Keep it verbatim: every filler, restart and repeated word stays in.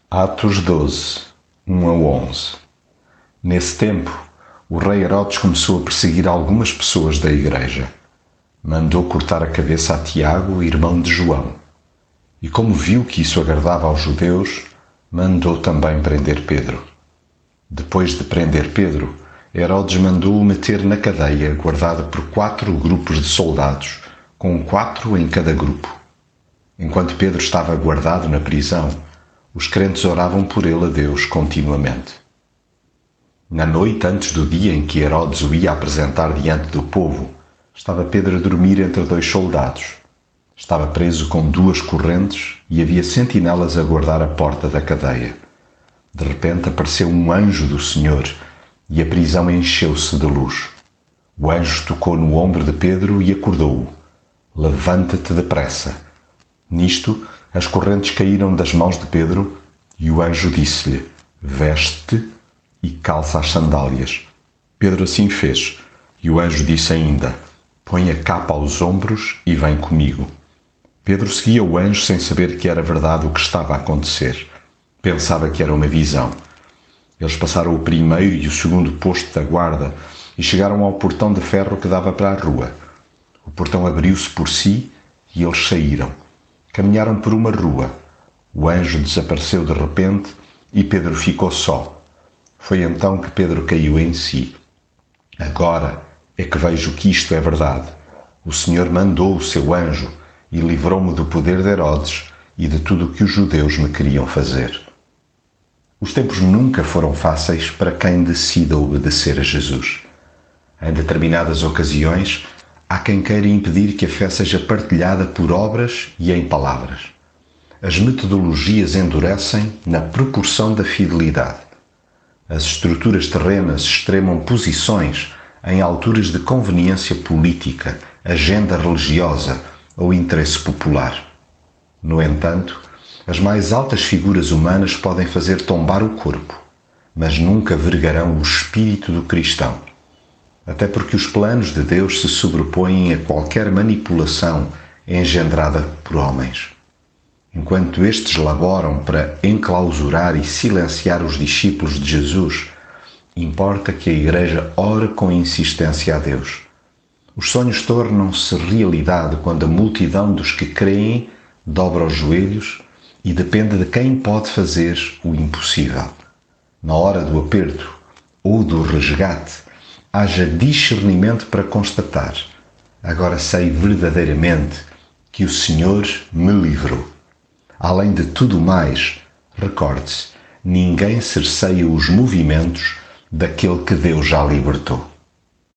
Atos doze, um a onze. Nesse tempo, o rei Herodes começou a perseguir algumas pessoas da igreja. Mandou cortar a cabeça a Tiago, irmão de João. E como viu que isso agradava aos judeus, mandou também prender Pedro. Depois de prender Pedro, Herodes mandou-o meter na cadeia, guardado por quatro grupos de soldados, com quatro em cada grupo. Enquanto Pedro estava guardado na prisão, os crentes oravam por ele a Deus continuamente. Na noite antes do dia em que Herodes o ia apresentar diante do povo, estava Pedro a dormir entre dois soldados. Estava preso com duas correntes e havia sentinelas a guardar a porta da cadeia. De repente apareceu um anjo do Senhor e a prisão encheu-se de luz. O anjo tocou no ombro de Pedro e acordou-o. Levanta-te depressa. Nisto, as correntes caíram das mãos de Pedro e o anjo disse-lhe: veste-te e calça as sandálias. Pedro assim fez e o anjo disse ainda: põe a capa aos ombros e vem comigo. Pedro seguia o anjo sem saber que era verdade o que estava a acontecer. Pensava que era uma visão. Eles passaram o primeiro e o segundo posto da guarda e chegaram ao portão de ferro que dava para a rua. O portão abriu-se por si e eles saíram. Caminharam por uma rua. O anjo desapareceu de repente e Pedro ficou só. Foi então que Pedro caiu em si. Agora é que vejo que isto é verdade. O Senhor mandou o seu anjo e livrou-me do poder de Herodes e de tudo o que os judeus me queriam fazer. Os tempos nunca foram fáceis para quem decida obedecer a Jesus. Em determinadas ocasiões, há quem queira impedir que a fé seja partilhada por obras e em palavras. As metodologias endurecem na proporção da fidelidade. As estruturas terrenas extremam posições em alturas de conveniência política, agenda religiosa ou interesse popular. No entanto, as mais altas figuras humanas podem fazer tombar o corpo, mas nunca vergarão o espírito do cristão. Até porque os planos de Deus se sobrepõem a qualquer manipulação engendrada por homens. Enquanto estes laboram para enclausurar e silenciar os discípulos de Jesus, importa que a Igreja ore com insistência a Deus. Os sonhos tornam-se realidade quando a multidão dos que creem dobra os joelhos e depende de quem pode fazer o impossível. Na hora do aperto ou do resgate, haja discernimento para constatar: agora sei verdadeiramente que o Senhor me livrou. Além de tudo mais, recorde-se, ninguém cerceia os movimentos daquele que Deus já libertou.